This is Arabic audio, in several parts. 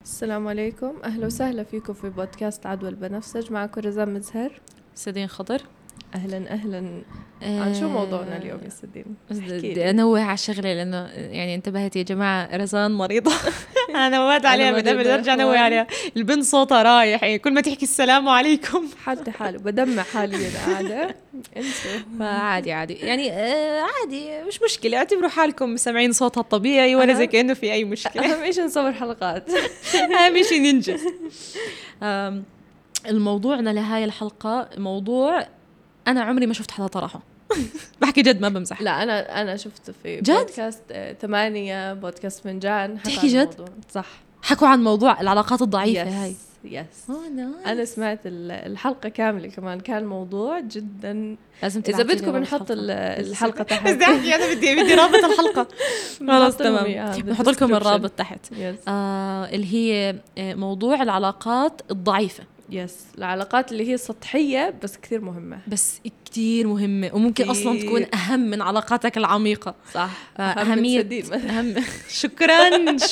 السلام عليكم، أهلا وسهلا فيكم في بودكاست عدوى البنفسج. معكم رزان مزهر. سدين خضر. أهلا. عن شو موضوعنا اليوم يا سدين؟ بدي أنوه على الشغلة لأنه يعني انتبهت يا جماعة، رزان مريضة. أنا نوهت عليها بدي أرجع أنوه عليها. البنت صوتها رايح، يعني كل ما تحكي السلام عليكم حالتي حالي بدمع حالي قاعدة. انسوا. عادي يعني عادي، مش مشكلة، اعتبروا حالكم سامعين صوتها الطبيعي ولا زي كأنه في أي مشكلة. أهم شيء نصور حلقات. أهم شيء ننجز. الموضوعنا لهاي الحلقة موضوع أنا عمري ما شفت حدا طرحه. بحكي جد ما بمزح. لا أنا شفت في جد؟ بودكاست 8 بودكاست فنجان. تحكي جد؟ صح، حكوا عن موضوع العلاقات الضعيفة. هاي يس. nice. أنا سمعت الحلقة كاملة، كمان كان موضوع جدا لازم إذا بدكم بنحط الحلقة تحت. بس أحكي أنا بدي رابط الحلقة. خلاص تمام، بحط لكم الرابط تحت. اللي هي موضوع العلاقات الضعيفة. العلاقات اللي هي سطحية بس كثير مهمة، وممكن كتير. أصلا تكون أهم من علاقاتك العميقة. صح. أهمية أهم. شكرا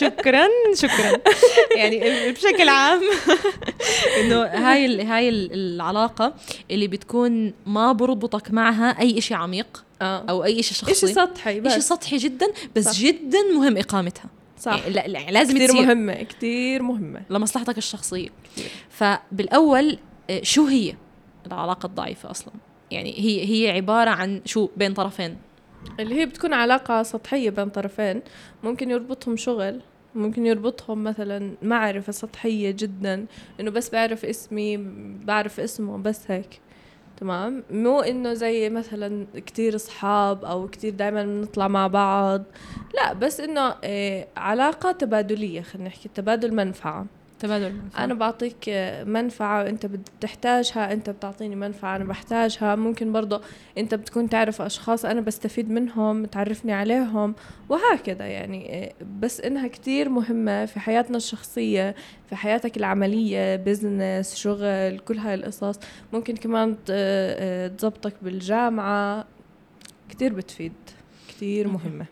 يعني بشكل عام إنه هاي العلاقة اللي بتكون ما بربطك معها أي إشي عميق أو أي إشي شخصي، إشي سطحي بس. إشي سطحي جدا بس صح. جدا مهم إقامتها. صح. يعني لازم كتير تصير مهمة، كتير مهمة لمصلحتك الشخصية كتير. فبالأول شو هي العلاقة الضعيفة أصلا؟ يعني هي عبارة عن شو بين طرفين، اللي هي بتكون علاقة سطحية بين طرفين. ممكن يربطهم شغل، ممكن يربطهم مثلا معرفة سطحية جدا، إنه بس بعرف اسمي بعرف اسمه بس هيك. تمام، مو إنه زي مثلا كتير أصحاب أو كتير دايما بنطلع مع بعض، لا، بس إنه علاقة تبادلية. خلينا نحكي تبادل منفعة. أنا بعطيك منفعة وأنت بتحتاجها، أنت بتعطيني منفعة أنا بحتاجها. ممكن برضو أنت بتكون تعرف أشخاص أنا بستفيد منهم، تعرفني عليهم وهكذا يعني. بس إنها كتير مهمة في حياتنا الشخصية، في حياتك العملية، بيزنس، شغل، كل هاي القصص. ممكن كمان تزبطك بالجامعة، كتير بتفيد، كتير مهمة.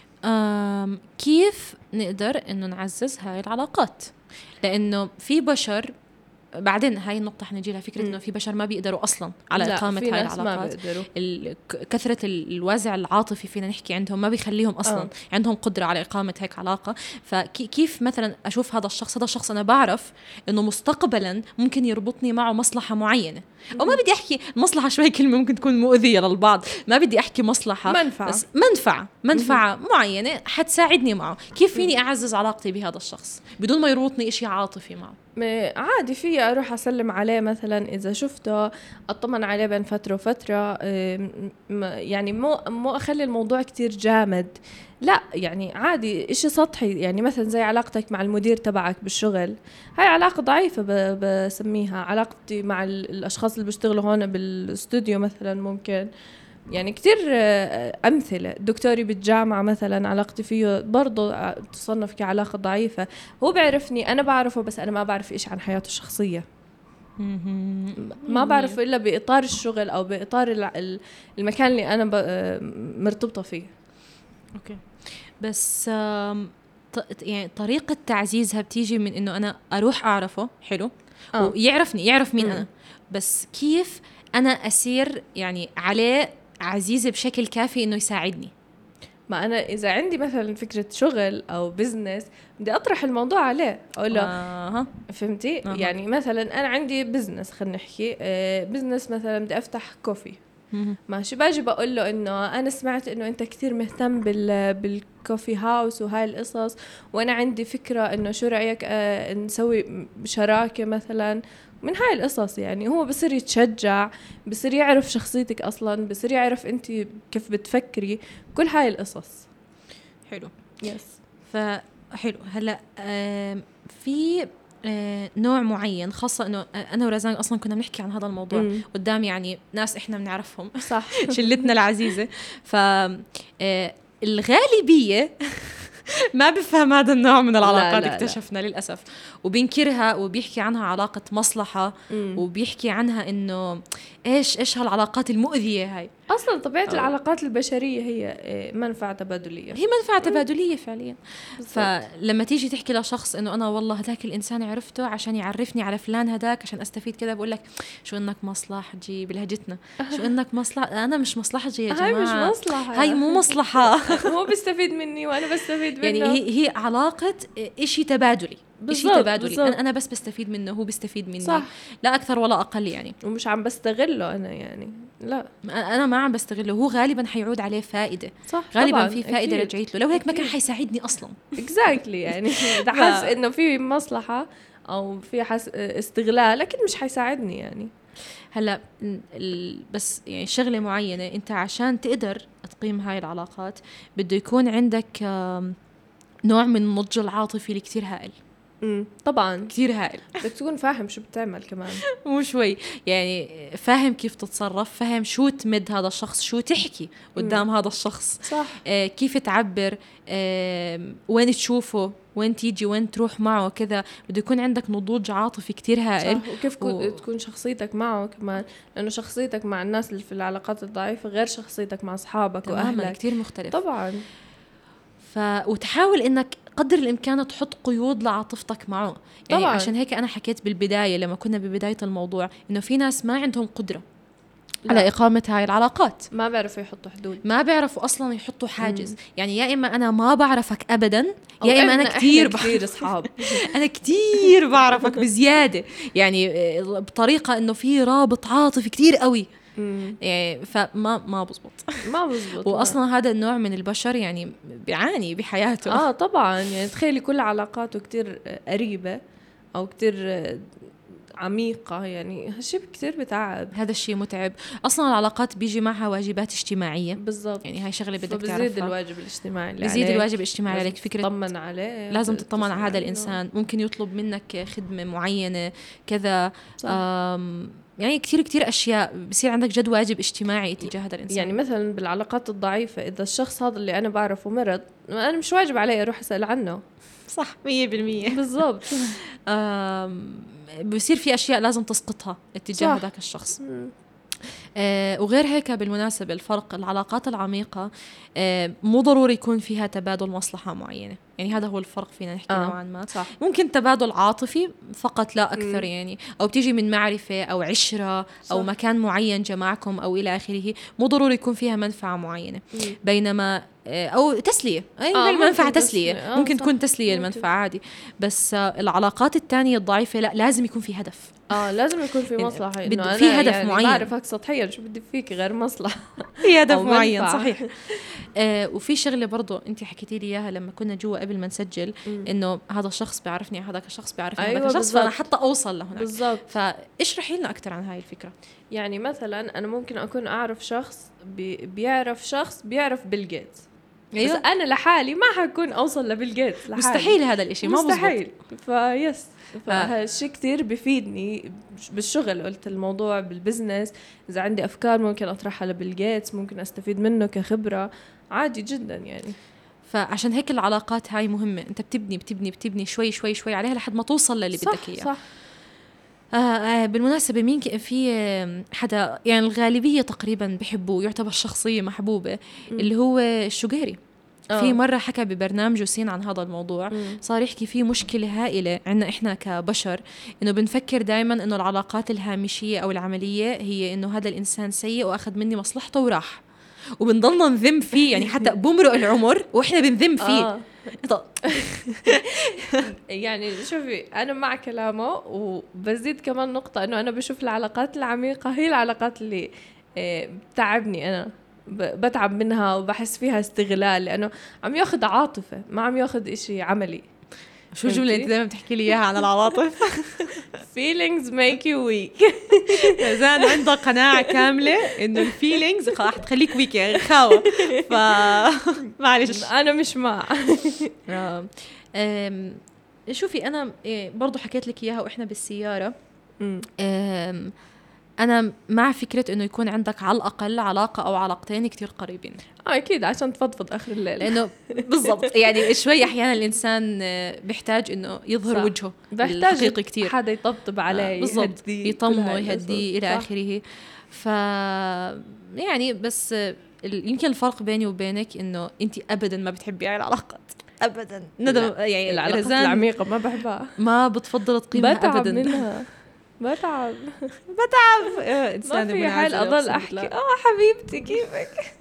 كيف نقدر إنه نعزز هاي العلاقات؟ لأنه في بشر، بعدين هاي النقطة حنجي لها، فكرة إنه في بشر ما بيقدروا أصلاً على إقامة هاي العلاقات. كثرة الوازع العاطفي فينا نحكي عندهم ما بيخليهم أصلاً عندهم قدرة على إقامة هيك علاقة. فكيف مثلاً أشوف هذا الشخص أنا بعرف إنه مستقبلاً ممكن يربطني معه مصلحة معينة، أو ما بدي أحكي مصلحة، شوي كلمة ممكن تكون مؤذية للبعض، ما بدي أحكي مصلحة، بس منفعة معينة حتساعدني معه. كيف فيني أعزز علاقتي بهذا الشخص بدون ما يربطني إشي عاطفي معه؟ عادي في أروح أسلم عليه مثلا إذا شفته، أطمن عليه بين فترة وفترة. يعني مو أخلي الموضوع كتير جامد، لا، يعني عادي إشي سطحي. يعني مثلا زي علاقتك مع المدير تبعك بالشغل، هاي علاقة ضعيفة بسميها. علاقتي مع الأشخاص اللي بيشتغلوا هون بالاستوديو مثلا، ممكن يعني كتير أمثلة. دكتوري بالجامعة مثلا علاقتي فيه برضو تصنف كعلاقة ضعيفة. هو بيعرفني، أنا بعرفه، بس أنا ما بعرف إيش عن حياته الشخصية. ما بعرف إلا بإطار الشغل أو بإطار المكان اللي أنا مرتبطة فيه. أوكي. بس يعني طريقة تعزيزها بتيجي من إنه أنا أروح أعرفه حلو ويعرفني، يعرف مين أنا، بس كيف أنا أسير يعني عليه عزيزة بشكل كافي إنه يساعدني. ما أنا إذا عندي مثلا فكرة شغل أو بزنس، بدي أطرح الموضوع عليه، أقول له فهمتي؟ يعني مثلا أنا عندي بزنس، خلينا نحكي بزنس مثلا بدي أفتح كوفي. ماشي، باجي بقول له إنه أنا سمعت إنه أنت كتير مهتم بالكوفي هاوس وهاي القصص، وأنا عندي فكرة إنه شو رأيك نسوي شراكة مثلا من هاي القصص. يعني هو بصير يتشجع، بصير يعرف شخصيتك أصلا، بصير يعرف أنت كيف بتفكري، كل هاي القصص. حلو. يس. فحلو. هلأ في نوع معين، خاصة إنه أنا ورزان أصلاً كنا بنحكي عن هذا الموضوع قدام يعني ناس إحنا بنعرفهم، صح. شلتنا العزيزة. الغالبية ما بفهم هذا النوع من العلاقات. لا اكتشفنا لا. للأسف، وبينكرها وبيحكي عنها علاقة مصلحة، وبيحكي عنها إنه إيش هالعلاقات المؤذية هاي. اصلا طبيعه العلاقات البشريه هي منفعه تبادليه، هي منفعه تبادليه فعليا. فلما تيجي تحكي لشخص انه انا والله هذاك الانسان عرفته عشان يعرفني على فلان هذاك عشان استفيد كذا، بقول لك شو انك مصلحجي بلهجتنا، شو انك مصلحه، انا مش مصلحجي يا جماعه، هاي مش مصلحه، هاي مو مصلحه. هو بيستفيد مني وانا بستفيد منه. يعني هي علاقه إشي تبادلي، إشي تبادلي. أنا بس بستفيد منه، هو بيستفيد مني، صح. لا أكثر ولا أقل يعني. ومش عم بستغله أنا يعني، لا أنا ما عم بستغله، هو غالبا حيعود عليه فائدة، صح. غالبا في فائدة رجعت له، لو هيك ما كان حيساعدني أصلا. exactly يعني ده حس إنه في مصلحة أو في استغلال، لكن مش حيساعدني يعني. هلا بس يعني شغلة معينة أنت عشان تقدر تقيم هاي العلاقات بده يكون عندك نوع من النضج العاطفي اللي كتير هائل. طبعا كتير هائل. بدك تكون فاهم شو بتعمل كمان، مو شوي يعني فاهم كيف تتصرف، فاهم شو تمد هذا الشخص، شو تحكي قدام هذا الشخص، صح. كيف تعبر، وين تشوفه، وين تيجي، وين تروح معه كذا. بده يكون عندك نضوج عاطفي كتير هائل. صح. وكيف تكون شخصيتك معه كمان، لأنه شخصيتك مع الناس اللي في العلاقات الضعيفة غير شخصيتك مع أصحابك وأهلك، كتير مختلف طبعا. وتحاول إنك قدر الإمكان تحط قيود لعاطفتك معه يعني. طبعاً. عشان هيك أنا حكيت بالبداية لما كنا ببداية الموضوع إنه في ناس ما عندهم قدرة على إقامة هاي العلاقات، ما بيعرفوا يحطوا حدود، ما بيعرفوا أصلاً يحطوا حاجز. يعني يا إما أنا ما بعرفك أبداً، يا إما أنا كتير أصحاب أنا كتير بعرفك بزيادة يعني بطريقة إنه في رابط عاطفي كتير قوي يعني. فما بزبط ما بزبط. واصلا هذا النوع من البشر يعني بيعاني بحياته. طبعا يعني تخيلي كل علاقاته كتير قريبة او كتير عميقة، يعني هالشيء كتير بتعب. هذا الشيء متعب اصلا. العلاقات بيجي معها واجبات اجتماعية، بالضبط. يعني هاي شغلة بدك تعرفها، بزيد الواجب الاجتماعي اللي بزيد الواجب الاجتماعي عليك. فكرة تطمن عليه، لازم تطمن على هذا الانسان، ممكن يطلب منك خدمة معينة كذا، يعني كتير أشياء بصير عندك جد واجب اجتماعي تجاه هذا الإنسان. يعني مثلا بالعلاقات الضعيفة إذا الشخص هذا اللي أنا بعرفه مرض، أنا مش واجب علي أروح أسأل عنه. صح 100% بالضبط. بصير في أشياء لازم تسقطها اتجاه هذاك الشخص. وغير هيك بالمناسبة الفرق العلاقات العميقة مو ضروري يكون فيها تبادل مصلحة معينة، يعني هذا هو الفرق فينا نحكي نوعا ما. صح. ممكن تبادل عاطفي فقط لا أكثر يعني، أو بتيجي من معرفة أو عشرة أو مكان معين جمعكم أو إلى آخره، مو ضروري يكون فيها منفعة معينة. بينما أو تسلية، المنفعة تسلية، ممكن تكون تسلية المنفعة عادي. بس العلاقات التانية الضعيفة لا، لازم يكون في هدف. لازم يكون في مصلحة، إنه في هدف يعني معين. بعرفك سطحيا شو بدي فيك غير مصلحة، في هدف معين. صحيح. وفي شغلة برضو أنت حكيتي لي إياها لما كنا جوا قبل ما نسجل، إنه هذا الشخص بيعرفني، هذاك الشخص بيعرفني، هذاك الشخص، فأنا حتى أوصل لهناك. بالضبط. فاشرحي لنا أكتر عن هاي الفكرة. يعني مثلا أنا ممكن أكون أعرف شخص بيعرف شخص بيعرف بيل جيتس. بس أنا لحالي ما حكون أوصل لبيل جيتس لحالي. مستحيل هذا الإشي، ما مستحيل. فيس فهالشي كتير بيفيدني بالشغل. قلت الموضوع بالبزنس، إذا عندي أفكار ممكن أطرحها لبيل جيتس، ممكن أستفيد منه كخبرة عادي جدا يعني. فعشان هيك العلاقات هاي مهمة، أنت بتبني شوي شوي شوي عليها لحد ما توصل للي بدك إياه. صح. بالمناسبة مين في حدا يعني الغالبية تقريبا بحبوه، يعتبر شخصية محبوبة، اللي هو الشجيري. في مرة حكى ببرنامج وسين عن هذا الموضوع. صار يحكي فيه مشكلة هائلة عنا إحنا كبشر، إنه بنفكر دايما إنه العلاقات الهامشية أو العملية هي إنه هذا الإنسان سيء وأخذ مني مصلحته وراح، وبنضلنا نذم فيه يعني حتى بمرق العمر وإحنا بنذم فيه. يعني شوفي أنا مع كلامه، وبزيد كمان نقطة إنه أنا بشوف العلاقات العميقة هي العلاقات اللي بتعبني، أنا بتعب منها وبحس فيها استغلال، لأنه عم ياخد عاطفة ما عم ياخد إشي عملي. شو الجملة اللي دائما بتحكي لي إياها عن العواطف؟ feelings make you weak. زان عندها قناعة كاملة إنه الفيلينجز حتخليك ويك يعني خاوة. معلش أنا مش مع. شوفي أنا برضو حكيت لك إياها وإحنا بالسيارة. انا مع فكره انه يكون عندك على الاقل علاقه او علاقتين كتير قريبين. اكيد عشان تفضفض اخر الليل. لانه بالضبط يعني شوي احيانا الانسان بيحتاج انه يظهر صح. وجهه الحقيقي كتير، حدا يطبطب عليه، بالضبط، يطمنه، يهديه الى اخره. ف يعني بس يمكن الفرق بيني وبينك انه انت ابدا ما بتحبي هاي العلاقات ابدا. ندم يعني العلاقات العميقه ما بحبها، ما بتفضل تقيمها ابدا. منها بتعب انسان ما في حال اضل احكي حبيبتي كيفك.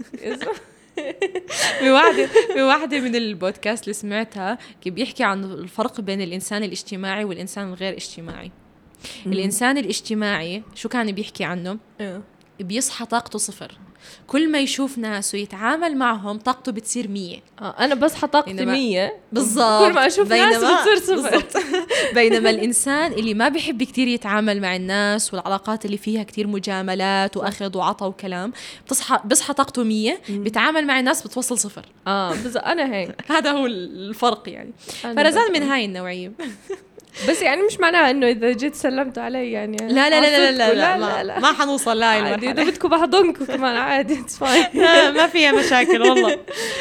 بواحدة من البودكاست اللي سمعتها كي بيحكي عن الفرق بين الإنسان الاجتماعي والإنسان الغير اجتماعي. الإنسان الاجتماعي شو كان بيحكي عنه؟ بيصحى طاقته 0، كل ما يشوف ناس ويتعامل معهم طاقته بتصير 100. أنا بصحى طاقتي 100 بالضبط، كل ما أشوف ناس بتصير 0. بينما الإنسان اللي ما بيحب كتير يتعامل مع الناس والعلاقات اللي فيها كتير مجاملات وأخذ وعطا وكلام بصحى طاقته 100، بيتعامل مع الناس بتوصل 0. بس أنا هيك هذا هو الفرق يعني. فرزان من هاي النوعية. بس يعني مش معناها انه اذا جيت سلمت علي يعني لا لا لا لا لا, لا, لا ما حنوصل لا المرحله اذا بدكم بحضنكم كمان عادي ما فيها مشاكل والله.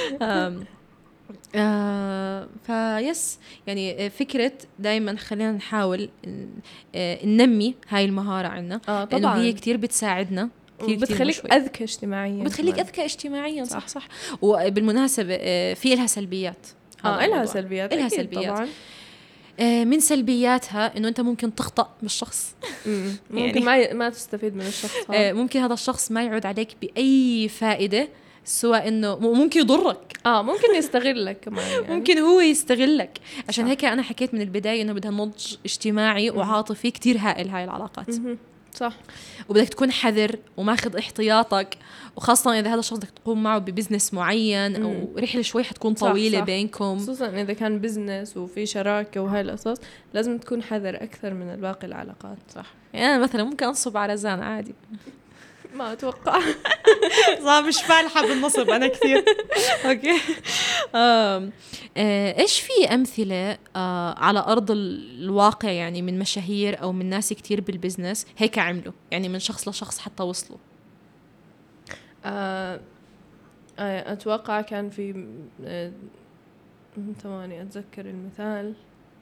فيس يعني فكرة دايما خلينا نحاول ننمي هاي المهارة عندنا، لأنه هي كتير بتساعدنا، بتخليك أذكى اجتماعيا، بتخليك أذكى اجتماعيا. صح. وبالمناسبة في لها سلبيات. لها سلبيات طبعا. من سلبياتها إنه أنت ممكن تخطأ بالشخص. ممكن يعني ما تستفيد من الشخص. ممكن هذا الشخص ما يعود عليك بأي فائدة، سواء إنه ممكن يضرك، ممكن يستغلك كمان يعني. ممكن هو يستغلك. عشان هيك أنا حكيت من البداية إنه بدها نضج اجتماعي وعاطفي كتير هائل هاي العلاقات. صح. وبدك تكون حذر وماخذ احتياطك، وخاصة إذا هذا الشخص بدك تقوم معه ببزنس معين أو رحلة شوي حتكون طويلة. صح. بينكم، خصوصا إذا كان بزنس وفي شراكة وهاي الأساس لازم تكون حذر أكثر من الباقي العلاقات. صح. يعني أنا مثلا ممكن أنصب على رزان عادي. ما أتوقع. صح، مش فالحة بالنصب أنا كثير. أوكي. إيش في أمثلة على أرض الواقع يعني من مشاهير أو من ناس كتير بالبزنس هيك عملوا، يعني من شخص لشخص حتى وصلوا؟ أتوقع كان في ثواني أتذكر المثال.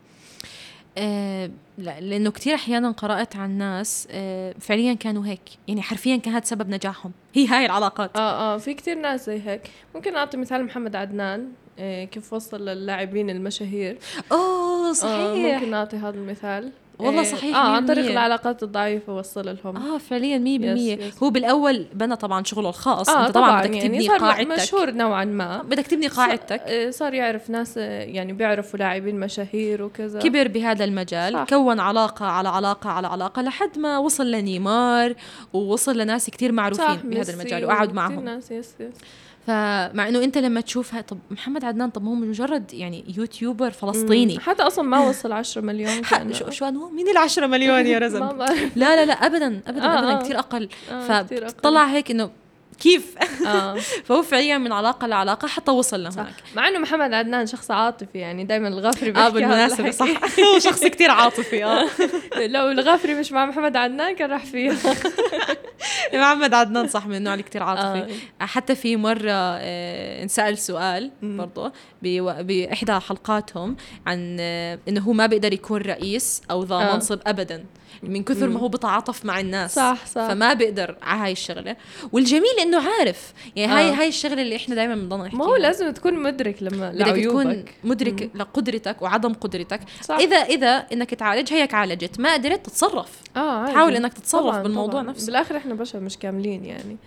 لا، لأنه كتير أحيانا قرأت عن ناس فعليا كانوا هيك، يعني حرفيا كان هذا سبب نجاحهم، هاي العلاقات. في كتير ناس زي هيك. ممكن أعطي مثال محمد عدنان، كيف وصل للاعبين المشاهير. صحيح. ممكن نعطي هذا المثال. والله صحيح. عن طريق العلاقات الضعيفة وصل لهم. فعليا 100%. هو بالأول بنى طبعا شغله الخاص. انت طبعا بدك تبني يعني قاعدتك، مشهور نوعا ما، بدك تبني قاعدتك. صار يعرف ناس يعني بيعرفوا لاعبين مشاهير وكذا، كبر بهذا المجال. صح. كون علاقة على علاقة على علاقة لحد ما وصل لنيمار ووصل لناس كتير معروفين بهذا المجال وقعد معهم ناس. فمع انه انت لما تشوفها طب محمد عدنان، طب هو مجرد يعني يوتيوبر فلسطيني، حتى اصلا ما وصل 10 مليون. شو هو مين ال10 مليون يا رزم؟ لا ابدا كتير اقل. فطلع هيك انه كيف فهو فعليا من علاقة لعلاقة حتى وصل لهناك. مع انه محمد عدنان شخص عاطفي، يعني دايما الغافري بيحكي بالمناسبة. صح. هو شخص كتير عاطفي. لو الغافري مش مع محمد عدنان كان راح فيها. محمد عدنان صح من النوع اللي كتير عاطفي. حتى في مرة انسأل سؤال برضو بإحدى حلقاتهم عن إنه هو ما بيقدر يكون رئيس أو ذا منصب أبدا من كثر ما هو بتعاطف مع الناس. صح. فما بيقدر على هاي الشغلة. والجميل إنه عارف يعني هاي الشغلة اللي إحنا دايما بنضل نحكيها. ما هو لازم تكون مدرك بدك تكون مدرك لقدرتك وعدم قدرتك. صح. إذا إنك تعالج هيك عالجت، ما قدرت تتصرف. تحاول إنك تتصرف بالموضوع نفسه. بالآخر إحنا بشر مش كاملين يعني.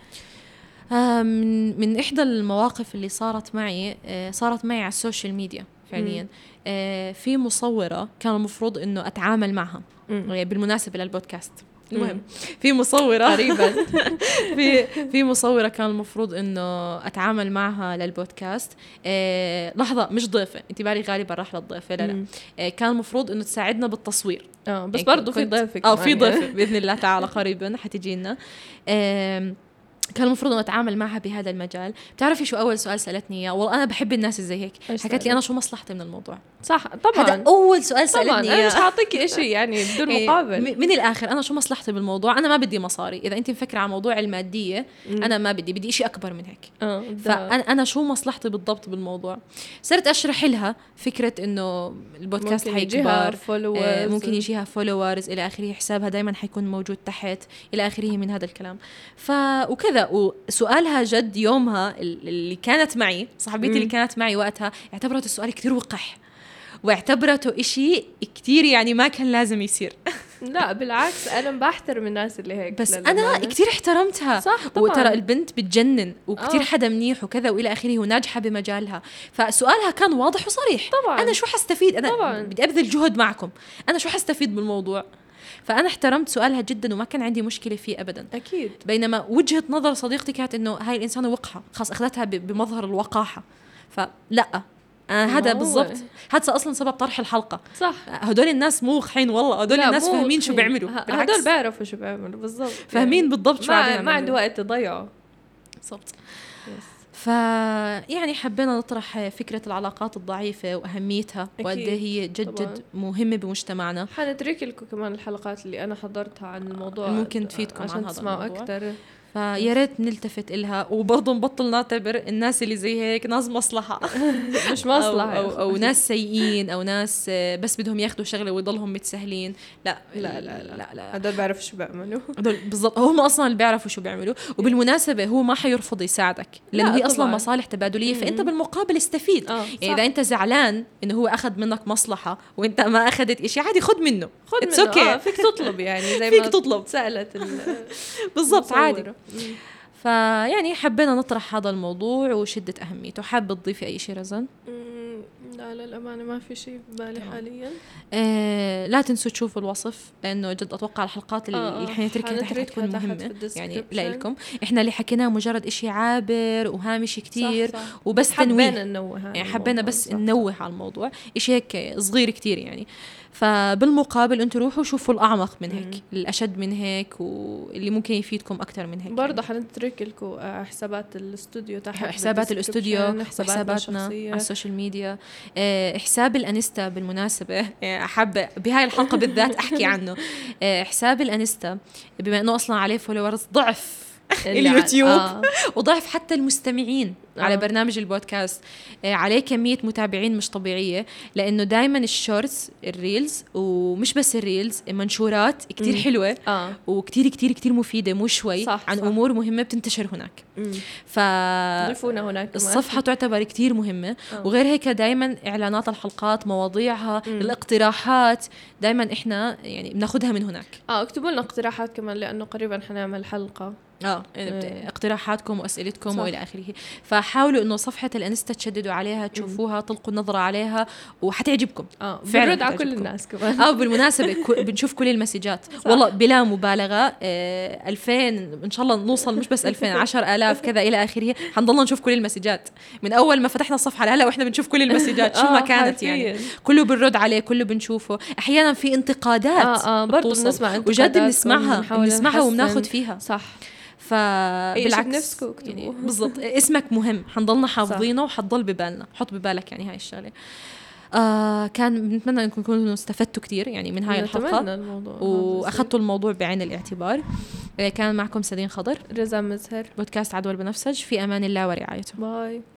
من إحدى المواقف اللي صارت معي على السوشيال ميديا فعليا. في مصورة كان المفروض إنه أتعامل معها بالمناسبة للبودكاست. المهم في مصورة قريبا في مصورة كان المفروض إنه أتعامل معها للبودكاست. لحظة، مش ضيفة، أنت بالي غالبا راح للضيفة. لا كان المفروض إنه تساعدنا بالتصوير. بس يعني برضو في ضيفة في ضيفة بإذن الله تعالى قريبا حتجينا. كان المفروض أن أتعامل معها بهذا المجال. بتعرفي شو أول سؤال سألتني إياه؟ والله أنا بحب الناس زي هيك. حكت لي أنا شو مصلحتي من الموضوع. صح طبعا، هذا أول سؤال سألتني إياه. أنا مش هعطيكي إشي يعني بدون مقابل. من الآخر أنا شو مصلحتي بالموضوع؟ أنا ما بدي مصاري. إذا أنت مفكرة على موضوع المادية أنا ما بدي إشي أكبر من هيك. فأنا شو مصلحتي بالضبط بالموضوع؟ صرت أشرح لها فكرة إنه البودكاست حيكبر، ممكن يجيها فولورز إلى آخره، حسابها دايما حيكون موجود تحت إلى آخره من هذا الكلام. وكذا. وسؤالها جد يومها اللي كانت معي صاحبتي اللي كانت معي وقتها اعتبرت السؤال كتير وقح، واعتبرته إشي كتير يعني ما كان لازم يصير. لا بالعكس، أنا بحترم الناس اللي هيك، بس أنا كتير احترمتها. صح طبعا. وترى البنت بتجنن وكتير حدا منيح وكذا وإلى آخره وناجحة بمجالها. فسؤالها كان واضح وصريح. طبعا. أنا شو حستفيد؟ أنا طبعا. بدي أبذل جهد معكم، أنا شو حستفيد بالموضوع؟ فأنا احترمت سؤالها جدا وما كان عندي مشكلة فيه أبدا. أكيد. بينما وجهة نظر صديقتي كانت إنه هاي الإنسانة وقحة، خلاص أخذتها بمظهر الوقاحة. فلا، هذا بالضبط، هذا أصلا سبب طرح الحلقة. صح. هدول الناس مو وقحين والله، هدول الناس فاهمين شو بيعملوا. هدول بيعرفوا شو بيعملوا بالضبط، فاهمين بالضبط شو عم ما عنده وقت يضيعوا. بالضبط. يعني حبينا نطرح فكرة العلاقات الضعيفة وأهميتها وقد هي جد مهمة بمجتمعنا. حنترك لكم كمان الحلقات اللي أنا حضرتها عن الموضوع ممكن تفيدكم عشان تسمعوا أكتر. فيا ريت نلتفت إلها، وبرضه نبطل نعتبر الناس اللي زي هيك ناس مصلحة مش مصلحة أو ناس سيئين أو ناس بس بدهم ياخدوا شغلة ويضلهم متسهلين. لا لا لا لا, لا. هدول بيعرفوا شو بيعملوا. بالضبط، هم أصلا اللي بيعرفوا شو بيعملوا. وبالمناسبة هو ما حيرفض يساعدك لأنه هي أصلا مصالح تبادلية، فأنت بالمقابل استفيد. يعني إذا أنت زعلان إنه هو أخذ منك مصلحة وأنت ما أخذت إشي، عادي خد منه. فيك تطلب يعني زي فيك ما تطلب. سألت بالضبط عادي. فيعني حبينا نطرح هذا الموضوع وشدة أهميته. حابة تضيفي أي شيء رزان؟ لا للأمانة ما في شيء ببالي حاليا. لا تنسوا تشوفوا الوصف، لأنه جد أتوقع الحلقات اللي حنتركها تحت حتكون مهمة يعني لكم. إحنا اللي حكيناه مجرد إشي عابر وهامشي كتير. صح. وبس تنويه يعني حبينا بس ننوه على الموضوع، إشي هيك صغير كتير يعني. فبالمقابل انتوا روحوا شوفوا الأعمق من هيك، الأشد من هيك، واللي ممكن يفيدكم أكتر من هيك. برضه حنترك لكم حسابات الاستوديو تحت، حسابات الاستوديو، حساباتنا على السوشيال ميديا. حساب الأنستا بالمناسبة أحب بهاي الحلقة بالذات أحكي عنه. حساب الأنستا بما أنه أصلا عليه فولورز ضعف اليوتيوب وضعف حتى المستمعين على برنامج البودكاست، عليه كمية متابعين مش طبيعية، لأنه دايما الشورتس الريلز، ومش بس الريلز، منشورات كتير حلوة وكتير كتير كتير مفيدة، مو شوي عن أمور مهمة بتنتشر هناك. ضيفونا هناك الصفحة تعتبر كتير مهمة. وغير هيك دايما إعلانات الحلقات، مواضيعها، الاقتراحات دايما إحنا يعني بناخدها من هناك. اكتبوا لنا اقتراحات كمان، لأنه قريبا حنعمل حلقة اقتراحاتكم وأسئلتكم وإلى آخره. فحاولوا إنه صفحة الانستا تشددوا عليها، تشوفوها، تلقوا نظرة عليها وحتعجبكم. فعلا على كل الناس كمان. بالمناسبة بنشوف كل المسجات والله بلا مبالغة. 2000 إن شاء الله نوصل، مش بس 2000، 10,000 كذا إلى آخره. حنضلنا نشوف كل المسجات من أول ما فتحنا الصفحة لهلا، وإحنا بنشوف كل المسجات شو ما كانت يعني. كله بنرد عليه، كله بنشوفه. أحيانا في انتقادات برضو بنسمع انتقادات وجد بنسمعها وبناخد فيها. صح. فبالعكس يعني بالضبط اسمك مهم، حنضلنا حافظينه وحتضل ببالنا. حط ببالك يعني هاي الشغله. كان بنتمنى انكم تكونوا استفدتوا كتير يعني من هاي الحلقه واخذتوا الموضوع بعين الاعتبار. كان معكم سدين خضر، رزان مزهر، بودكاست عدوى البنفسج. في امان الله ورعايته. باي.